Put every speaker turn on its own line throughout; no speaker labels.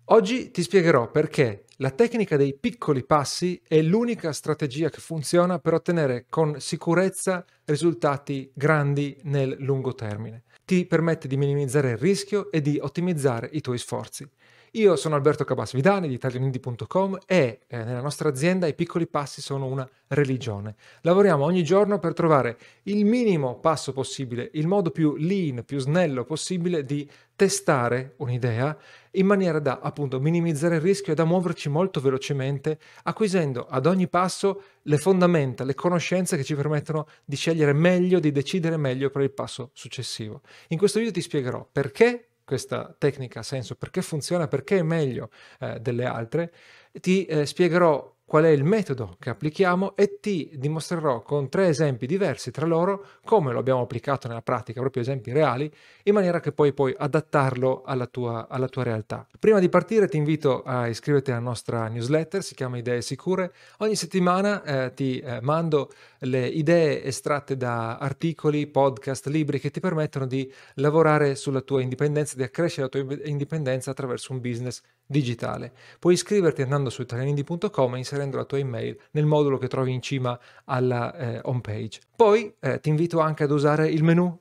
Oggi ti spiegherò perché la tecnica dei piccoli passi è l'unica strategia che funziona per ottenere con sicurezza risultati grandi nel lungo termine. Ti permette di minimizzare il rischio e di ottimizzare i tuoi sforzi. Io sono Alberto Cabasvidani di italianindie.com e nella nostra azienda i piccoli passi sono una religione. Lavoriamo ogni giorno per trovare il minimo passo possibile, il modo più lean, più snello possibile di testare un'idea in maniera da appunto minimizzare il rischio e da muoverci molto velocemente, acquisendo ad ogni passo le fondamenta, le conoscenze che ci permettono di scegliere meglio, di decidere meglio per il passo successivo. In questo video ti spiegherò perché questa tecnica ha senso, perché funziona, perché è meglio delle altre. Ti spiegherò qual è il metodo che applichiamo e ti dimostrerò con 3 esempi diversi tra loro come lo abbiamo applicato nella pratica, proprio esempi reali, in maniera che puoi adattarlo alla tua realtà. Prima di partire ti invito a iscriverti alla nostra newsletter, si chiama Idee Sicure. Ogni settimana ti mando le idee estratte da articoli, podcast, libri che ti permettono di lavorare sulla tua indipendenza, di accrescere la tua indipendenza attraverso un business digitale. Puoi iscriverti andando su italianindie.com e inserendo la tua email nel modulo che trovi in cima alla home page. Poi ti invito anche ad usare il menu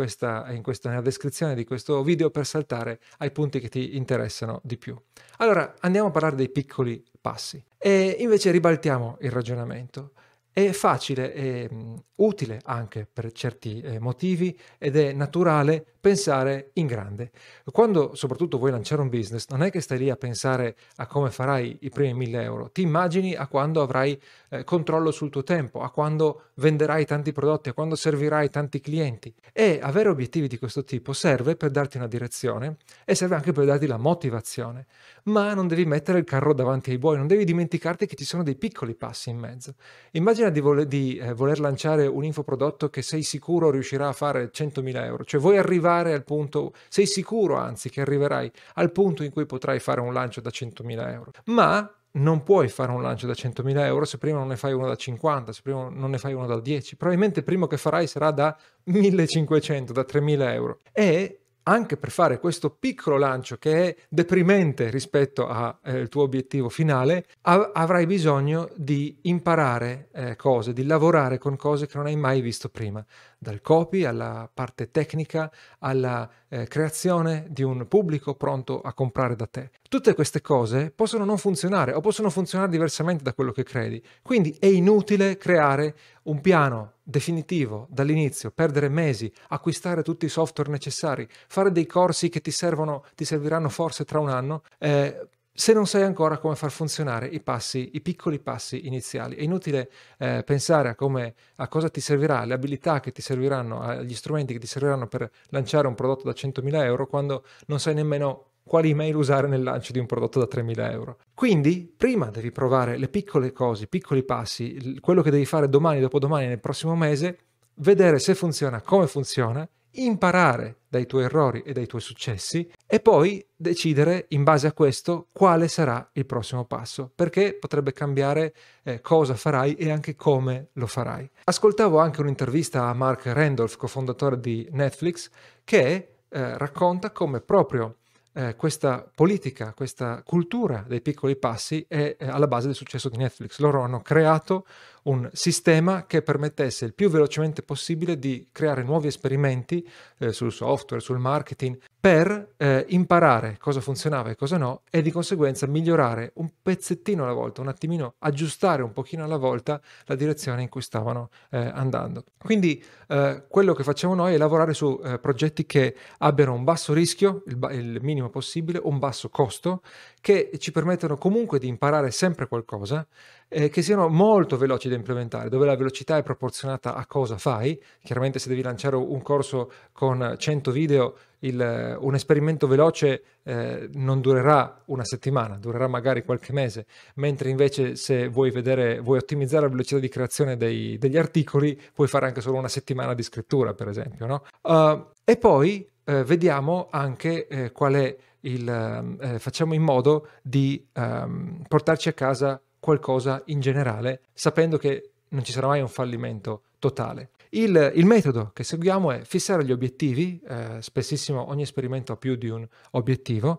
nella descrizione di questo video per saltare ai punti che ti interessano di più. Allora, andiamo a parlare dei piccoli passi. E invece ribaltiamo il ragionamento. È facile e utile anche per certi motivi ed è naturale pensare in grande. Quando soprattutto vuoi lanciare un business, non è che stai lì a pensare a come farai i primi 1.000 euro, ti immagini a quando avrai controllo sul tuo tempo, a quando venderai tanti prodotti, a quando servirai tanti clienti. E avere obiettivi di questo tipo serve per darti una direzione e serve anche per darti la motivazione, ma non devi mettere il carro davanti ai buoi, non devi dimenticarti che ci sono dei piccoli passi in mezzo. Immagina di voler lanciare un infoprodotto che sei sicuro riuscirà a fare 100.000 euro, cioè vuoi arrivare al punto, sei sicuro anzi che arriverai al punto in cui potrai fare un lancio da 100.000 euro, ma non puoi fare un lancio da 100.000 euro se prima non ne fai uno da 50, se prima non ne fai uno da 10, probabilmente il primo che farai sarà da 1.500, da 3.000 euro. E anche per fare questo piccolo lancio che è deprimente rispetto al tuo obiettivo finale, avrai bisogno di imparare cose, di lavorare con cose che non hai mai visto prima, dal copy alla parte tecnica, alla creazione di un pubblico pronto a comprare da te. Tutte queste cose possono non funzionare o possono funzionare diversamente da quello che credi, quindi è inutile creare un piano definitivo dall'inizio, perdere mesi, acquistare tutti i software necessari, fare dei corsi che ti serviranno forse tra un anno, se non sai ancora come far funzionare i piccoli passi iniziali. È inutile pensare a cosa ti servirà, alle abilità che ti serviranno, agli strumenti che ti serviranno per lanciare un prodotto da 100.000 euro quando non sai nemmeno quali email usare nel lancio di un prodotto da 3.000 euro. Quindi prima devi provare le piccole cose, i piccoli passi, quello che devi fare domani, dopodomani, nel prossimo mese, vedere se funziona, come funziona, imparare dai tuoi errori e dai tuoi successi e poi decidere in base a questo quale sarà il prossimo passo, perché potrebbe cambiare cosa farai e anche come lo farai. Ascoltavo anche un'intervista a Mark Randolph, cofondatore di Netflix, che racconta come proprio questa politica, questa cultura dei piccoli passi è alla base del successo di Netflix. Loro hanno creato un sistema che permettesse il più velocemente possibile di creare nuovi esperimenti sul software, sul marketing, per imparare cosa funzionava e cosa no e di conseguenza migliorare un pezzettino alla volta, un attimino aggiustare un pochino alla volta la direzione in cui stavano andando. Quindi quello che facciamo noi è lavorare su progetti che abbiano un basso rischio, il minimo possibile, un basso costo, che ci permettono comunque di imparare sempre qualcosa, che siano molto veloci da implementare, dove la velocità è proporzionata a cosa fai. Chiaramente se devi lanciare un corso con 100 video, un esperimento veloce non durerà una settimana, durerà magari qualche mese, mentre invece se vuoi ottimizzare la velocità di creazione degli articoli, puoi fare anche solo una settimana di scrittura, per esempio, no? E poi vediamo anche qual è facciamo in modo di portarci a casa qualcosa in generale, sapendo che non ci sarà mai un fallimento totale. Il metodo che seguiamo è fissare gli obiettivi, spessissimo ogni esperimento ha più di un obiettivo,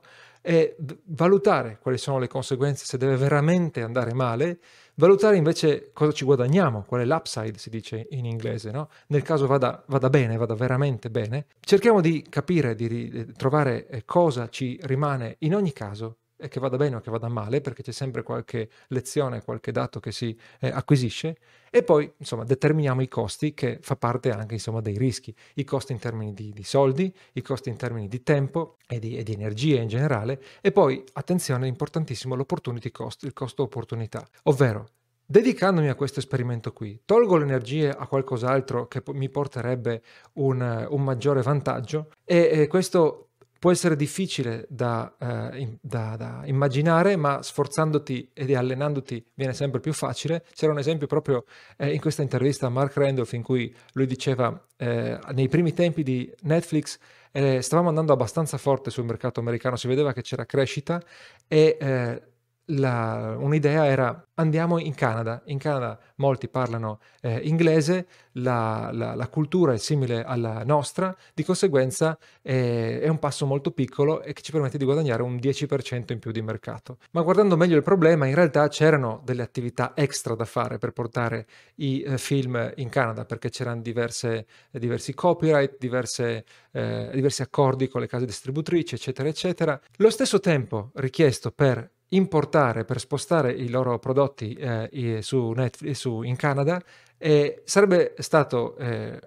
e valutare quali sono le conseguenze se deve veramente andare male, valutare invece cosa ci guadagniamo, qual è l'upside, si dice in inglese, no? Nel caso vada bene, vada veramente bene. Cerchiamo di capire, di trovare cosa ci rimane in ogni caso, e che vada bene o che vada male, perché c'è sempre qualche lezione, qualche dato che si acquisisce, e poi insomma determiniamo i costi, che fa parte anche insomma dei rischi, i costi in termini di soldi, i costi in termini di tempo e di energia in generale, e poi attenzione, importantissimo, l'opportunity cost, il costo opportunità, ovvero dedicandomi a questo esperimento qui, tolgo le energie a qualcos'altro che mi porterebbe un maggiore vantaggio, e questo può essere difficile da immaginare, ma sforzandoti ed allenandoti viene sempre più facile. C'era un esempio proprio in questa intervista a Mark Randolph, in cui lui diceva nei primi tempi di Netflix stavamo andando abbastanza forte sul mercato americano, si vedeva che c'era crescita, e un'idea era: andiamo in Canada. In Canada molti parlano inglese, la cultura è simile alla nostra, di conseguenza è un passo molto piccolo e che ci permette di guadagnare un 10% in più di mercato. Ma guardando meglio il problema, in realtà c'erano delle attività extra da fare per portare i film in Canada, perché c'erano diversi copyright, diversi accordi con le case distributrici, eccetera, eccetera. Lo stesso tempo richiesto per importare, per spostare i loro prodotti su Netflix, in Canada, sarebbe stato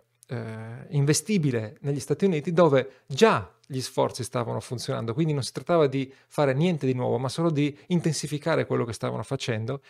investibile negli Stati Uniti, dove già gli sforzi stavano funzionando, quindi non si trattava di fare niente di nuovo, ma solo di intensificare quello che stavano facendo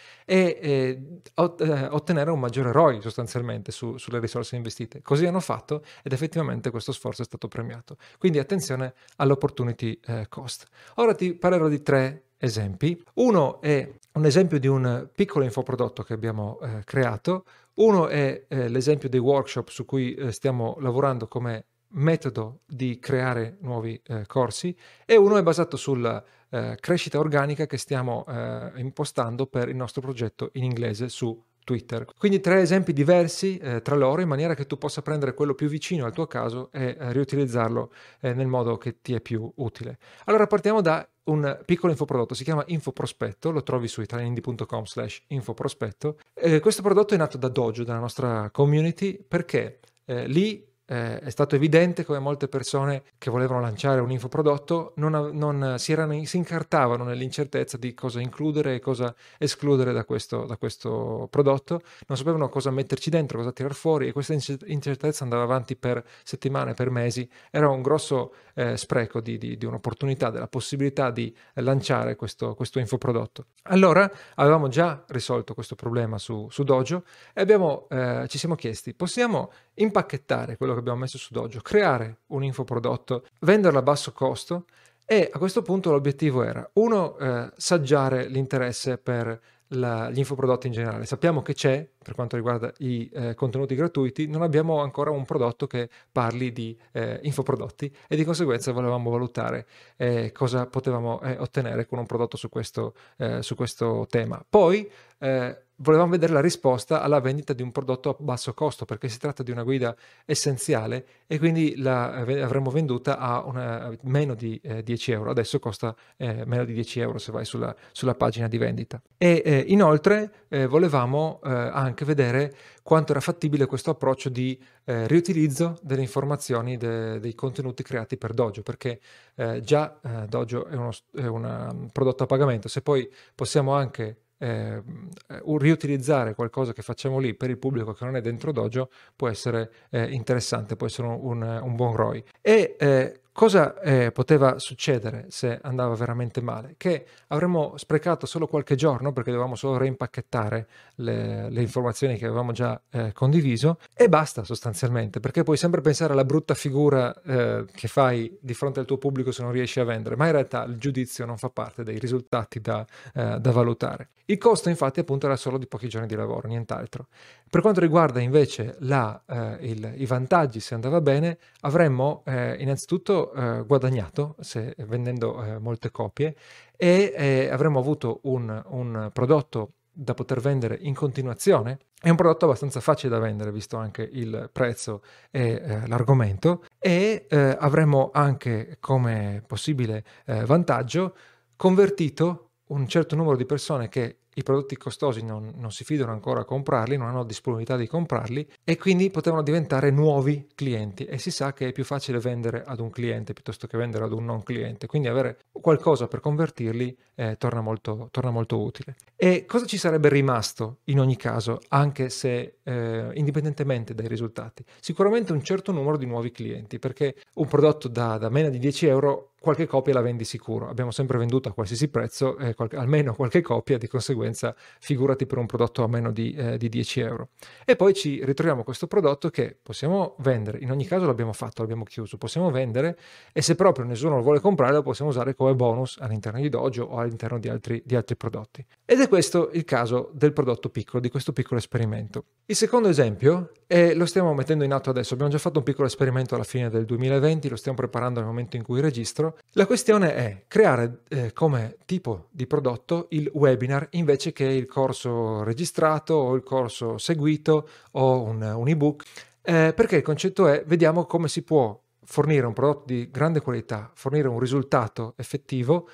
e ottenere un maggiore ROI sostanzialmente sulle risorse investite. Così hanno fatto, ed effettivamente questo sforzo è stato premiato. Quindi attenzione all'opportunity cost. Ora ti parlerò di 3 esempi. Uno è un esempio di un piccolo infoprodotto che abbiamo creato. Uno è l'esempio dei workshop su cui stiamo lavorando come metodo di creare nuovi corsi, e uno è basato sulla crescita organica che stiamo impostando per il nostro progetto in inglese su Twitter. Quindi 3 esempi diversi tra loro, in maniera che tu possa prendere quello più vicino al tuo caso e riutilizzarlo nel modo che ti è più utile. Allora partiamo da un piccolo infoprodotto, si chiama Infoprospetto, lo trovi su italianindie.com/infoprospetto. Questo prodotto è nato da Dojo, dalla nostra community, perché lì è stato evidente come molte persone che volevano lanciare un infoprodotto si incartavano nell'incertezza di cosa includere e cosa escludere da questo prodotto, non sapevano cosa metterci dentro, cosa tirar fuori, e questa incertezza andava avanti per settimane, per mesi. Era un grosso spreco di un'opportunità, della possibilità di lanciare questo infoprodotto. Allora avevamo già risolto questo problema su Dojo, e ci siamo chiesti: possiamo impacchettare quello che abbiamo messo su Dojo, creare un infoprodotto, venderlo a basso costo? E a questo punto l'obiettivo era: uno, saggiare l'interesse per gli infoprodotti in generale. Sappiamo che c'è, per quanto riguarda i contenuti gratuiti, non abbiamo ancora un prodotto che parli di infoprodotti, e di conseguenza volevamo valutare cosa potevamo ottenere con un prodotto su questo tema. Poi volevamo vedere la risposta alla vendita di un prodotto a basso costo, perché si tratta di una guida essenziale, e quindi avremmo venduta a meno di 10 euro. Adesso costa meno di 10 euro se vai sulla pagina di vendita. E inoltre volevamo anche vedere quanto era fattibile questo approccio di riutilizzo delle informazioni dei contenuti creati per Dojo, perché già Dojo è un prodotto a pagamento. Se poi possiamo anche riutilizzare qualcosa che facciamo lì per il pubblico che non è dentro Dojo, può essere interessante, può essere un buon ROI. E cosa poteva succedere se andava veramente male? Che avremmo sprecato solo qualche giorno, perché dovevamo solo reimpacchettare le informazioni che avevamo già condiviso, e basta sostanzialmente, perché puoi sempre pensare alla brutta figura che fai di fronte al tuo pubblico se non riesci a vendere, ma in realtà il giudizio non fa parte dei risultati da valutare. Il costo infatti appunto era solo di pochi giorni di lavoro, nient'altro. Per quanto riguarda invece i vantaggi, se andava bene, avremmo innanzitutto guadagnato vendendo molte copie, e avremmo avuto un prodotto da poter vendere in continuazione. È un prodotto abbastanza facile da vendere, visto anche il prezzo e l'argomento, e avremmo anche come possibile vantaggio convertito un certo numero di persone che i prodotti costosi non si fidano ancora a comprarli, non hanno disponibilità di comprarli e quindi potevano diventare nuovi clienti, e si sa che è più facile vendere ad un cliente piuttosto che vendere ad un non cliente, quindi avere qualcosa per convertirli torna molto utile. E cosa ci sarebbe rimasto in ogni caso, anche se indipendentemente dai risultati? Sicuramente un certo numero di nuovi clienti, perché un prodotto da meno di 10 euro qualche copia la vendi sicuro. Abbiamo sempre venduto a qualsiasi prezzo almeno qualche copia, di conseguenza figurati per un prodotto a meno di 10 euro. E poi ci ritroviamo questo prodotto che possiamo vendere, in ogni caso l'abbiamo fatto, l'abbiamo chiuso, possiamo vendere, e se proprio nessuno lo vuole comprare lo possiamo usare come bonus all'interno di Dojo o all'interno di altri prodotti. Ed è questo il caso del prodotto piccolo, di questo piccolo esperimento. Il secondo esempio, e lo stiamo mettendo in atto adesso, abbiamo già fatto un piccolo esperimento alla fine del 2020, lo stiamo preparando nel momento in cui registro. La questione è creare come tipo di prodotto il webinar invece che il corso registrato o il corso seguito o un ebook, perché il concetto è: vediamo come si può fornire un prodotto di grande qualità, fornire un risultato effettivo,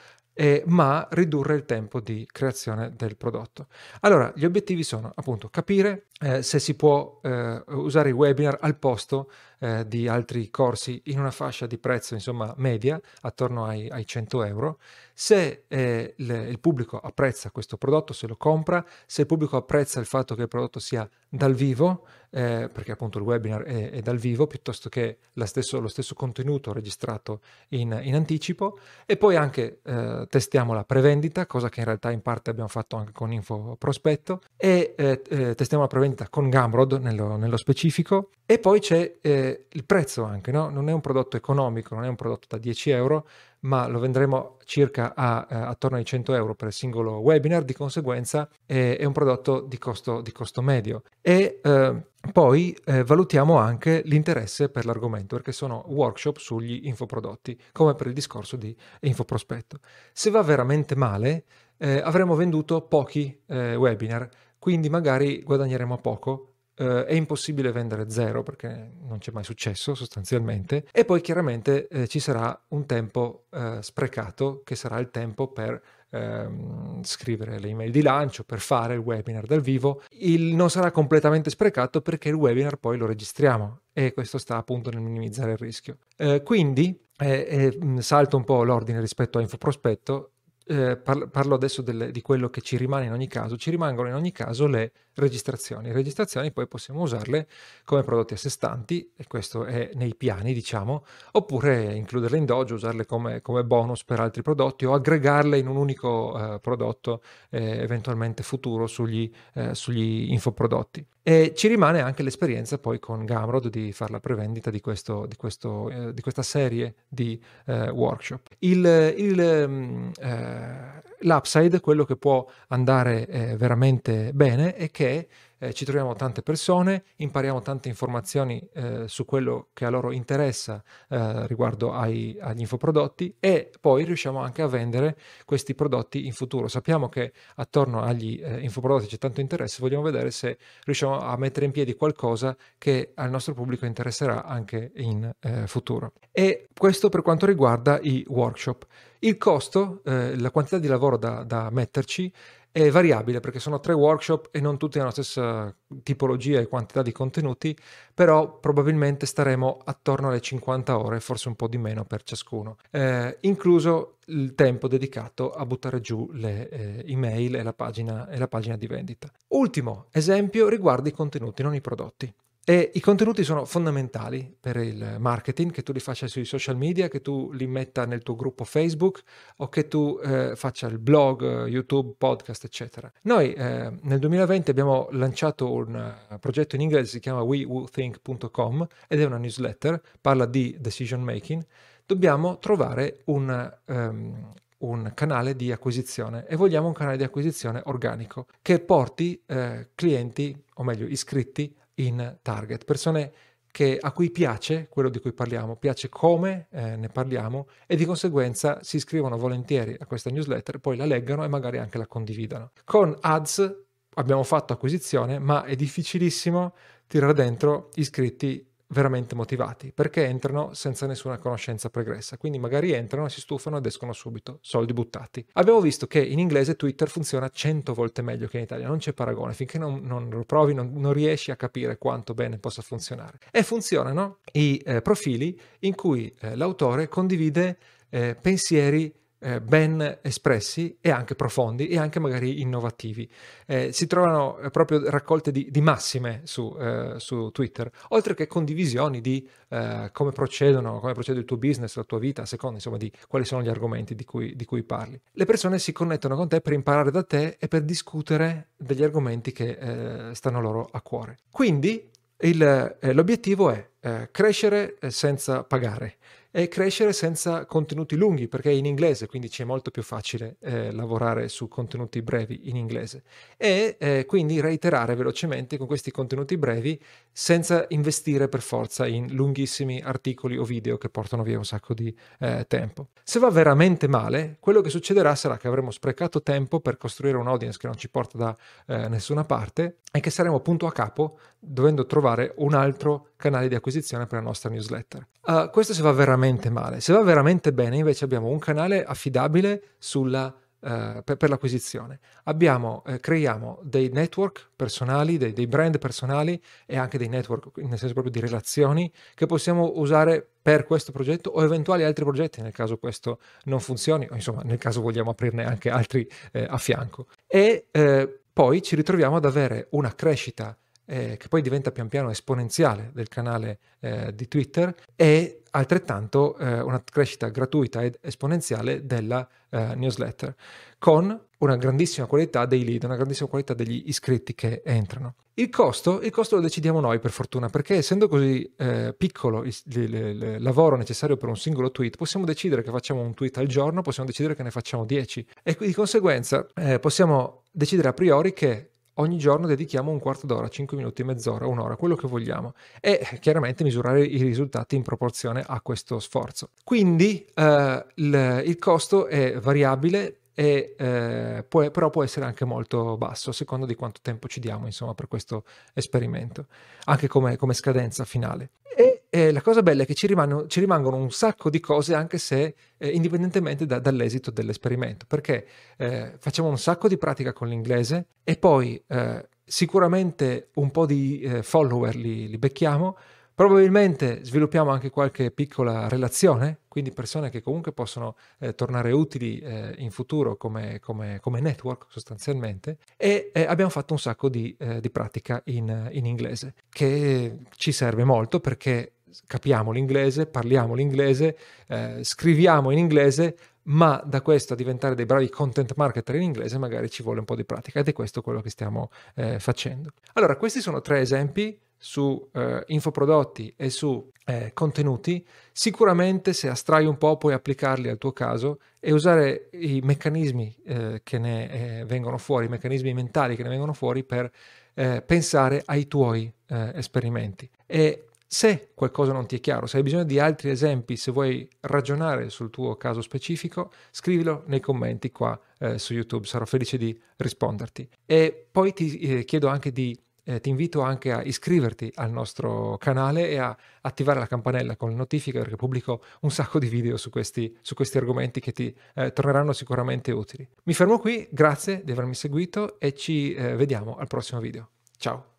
ma ridurre il tempo di creazione del prodotto. Allora, gli obiettivi sono appunto capire se si può usare i webinar al posto di altri corsi in una fascia di prezzo insomma media, attorno ai 100 euro, se il pubblico apprezza questo prodotto, se lo compra, se il pubblico apprezza il fatto che il prodotto sia dal vivo, perché appunto il webinar è dal vivo piuttosto che lo stesso contenuto registrato in anticipo, e poi anche testiamo la prevendita, cosa che in realtà in parte abbiamo fatto anche con Info Prospetto, e testiamo la prevendita con Gumroad nello specifico, e poi c'è il prezzo anche, no? Non è un prodotto economico, non è un prodotto da 10 euro, ma lo vendremo circa attorno ai 100 euro per singolo webinar, di conseguenza è un prodotto di costo medio. E poi valutiamo anche l'interesse per l'argomento, perché sono workshop sugli infoprodotti, come per il discorso di Infoprospetto. Se va veramente male, avremo venduto pochi webinar, quindi magari guadagneremo poco. È impossibile vendere zero perché non c'è mai successo sostanzialmente, e poi chiaramente ci sarà un tempo sprecato, che sarà il tempo per scrivere le email di lancio, per fare il webinar dal vivo. Non sarà completamente sprecato perché il webinar poi lo registriamo, e questo sta appunto nel minimizzare il rischio. Quindi salto un po' l'ordine rispetto a Infoprospetto. Parlo adesso di quello che ci rimane in ogni caso. Ci rimangono in ogni caso le registrazioni. Le registrazioni poi possiamo usarle come prodotti a sé stanti, e questo è nei piani, diciamo, oppure includerle in Dojo, usarle come bonus per altri prodotti, o aggregarle in un unico prodotto eventualmente futuro sugli infoprodotti. E ci rimane anche l'esperienza poi con Gumroad di fare la prevendita di questa serie di workshop. L'upside, quello che può andare veramente bene, è che ci troviamo tante persone, impariamo tante informazioni su quello che a loro interessa riguardo agli infoprodotti, e poi riusciamo anche a vendere questi prodotti in futuro. Sappiamo che attorno agli infoprodotti c'è tanto interesse, vogliamo vedere se riusciamo a mettere in piedi qualcosa che al nostro pubblico interesserà anche in futuro. E questo per quanto riguarda i workshop. Il costo, la quantità di lavoro da metterci è variabile, perché sono 3 workshop e non tutti hanno la stessa tipologia e quantità di contenuti, però probabilmente staremo attorno alle 50 ore, forse un po' di meno per ciascuno, incluso il tempo dedicato a buttare giù le email e la pagina di vendita. Ultimo esempio riguarda i contenuti, non i prodotti. E i contenuti sono fondamentali per il marketing, che tu li faccia sui social media, che tu li metta nel tuo gruppo Facebook, o che tu faccia il blog, YouTube, podcast, eccetera. Noi nel 2020 abbiamo lanciato un progetto in inglese, si chiama wewhothink.com, ed è una newsletter, parla di decision making. Dobbiamo trovare un canale di acquisizione, e vogliamo un canale di acquisizione organico che porti clienti, o meglio iscritti, in target, persone a cui piace quello di cui parliamo, piace come ne parliamo, e di conseguenza si iscrivono volentieri a questa newsletter, poi la leggano e magari anche la condividano. Con ads abbiamo fatto acquisizione, ma è difficilissimo tirare dentro iscritti veramente motivati, perché entrano senza nessuna conoscenza pregressa, quindi magari entrano, si stufano ed escono subito, soldi buttati. Abbiamo visto che in inglese Twitter funziona 100 volte meglio che in Italia, non c'è paragone, finché non lo provi non riesci a capire quanto bene possa funzionare. E funzionano i profili in cui l'autore condivide pensieri ben espressi e anche profondi e anche magari innovativi. Si trovano proprio raccolte di massime su Twitter, oltre che condivisioni di come procede il tuo business, la tua vita, a seconda insomma di quali sono gli argomenti di cui parli. Le persone si connettono con te per imparare da te e per discutere degli argomenti che stanno loro a cuore. Quindi l'obiettivo è crescere senza pagare e crescere senza contenuti lunghi, perché è in inglese, quindi ci è molto più facile lavorare su contenuti brevi in inglese e quindi reiterare velocemente con questi contenuti brevi senza investire per forza in lunghissimi articoli o video che portano via un sacco di tempo. Se va veramente male, quello che succederà sarà che avremo sprecato tempo per costruire un audience che non ci porta da nessuna parte e che saremo punto a capo dovendo trovare un altro canale di acquisizione per la nostra newsletter. Questo se va veramente male. Se va veramente bene, invece, abbiamo un canale affidabile per l'acquisizione. Creiamo dei network personali, dei brand personali e anche dei network, nel senso proprio di relazioni, che possiamo usare per questo progetto o eventuali altri progetti nel caso questo non funzioni, o insomma nel caso vogliamo aprirne anche altri a fianco. E poi ci ritroviamo ad avere una crescita che poi diventa pian piano esponenziale del canale di Twitter e altrettanto una crescita gratuita ed esponenziale della newsletter con una grandissima qualità dei lead, una grandissima qualità degli iscritti che entrano. Il costo lo decidiamo noi per fortuna, perché essendo così piccolo il lavoro necessario per un singolo tweet, possiamo decidere che facciamo un tweet al giorno, possiamo decidere che ne facciamo 10 e di conseguenza possiamo decidere a priori che ogni giorno dedichiamo un quarto d'ora, 5 minuti, mezz'ora, un'ora, quello che vogliamo e chiaramente misurare i risultati in proporzione a questo sforzo. Quindi il costo è variabile e però può essere anche molto basso a seconda di quanto tempo ci diamo insomma per questo esperimento, anche come scadenza finale. E la cosa bella è che ci rimangono un sacco di cose anche se indipendentemente dall'esito dell'esperimento, perché facciamo un sacco di pratica con l'inglese e poi sicuramente un po' di follower li becchiamo, probabilmente sviluppiamo anche qualche piccola relazione, quindi persone che comunque possono tornare utili in futuro come network sostanzialmente e abbiamo fatto un sacco di pratica in inglese che ci serve molto perché capiamo l'inglese, parliamo l'inglese, scriviamo in inglese, ma da questo a diventare dei bravi content marketer in inglese magari ci vuole un po' di pratica ed è questo quello che stiamo facendo. Allora, questi sono 3 esempi su infoprodotti e su contenuti. Sicuramente se astrai un po' puoi applicarli al tuo caso e usare i meccanismi che ne vengono fuori, i meccanismi mentali che ne vengono fuori per pensare ai tuoi esperimenti. E se qualcosa non ti è chiaro, se hai bisogno di altri esempi, se vuoi ragionare sul tuo caso specifico, scrivilo nei commenti qua su YouTube, sarò felice di risponderti. E poi ti invito anche a iscriverti al nostro canale e a attivare la campanella con le notifiche perché pubblico un sacco di video su questi argomenti che ti torneranno sicuramente utili. Mi fermo qui, grazie di avermi seguito e ci vediamo al prossimo video. Ciao!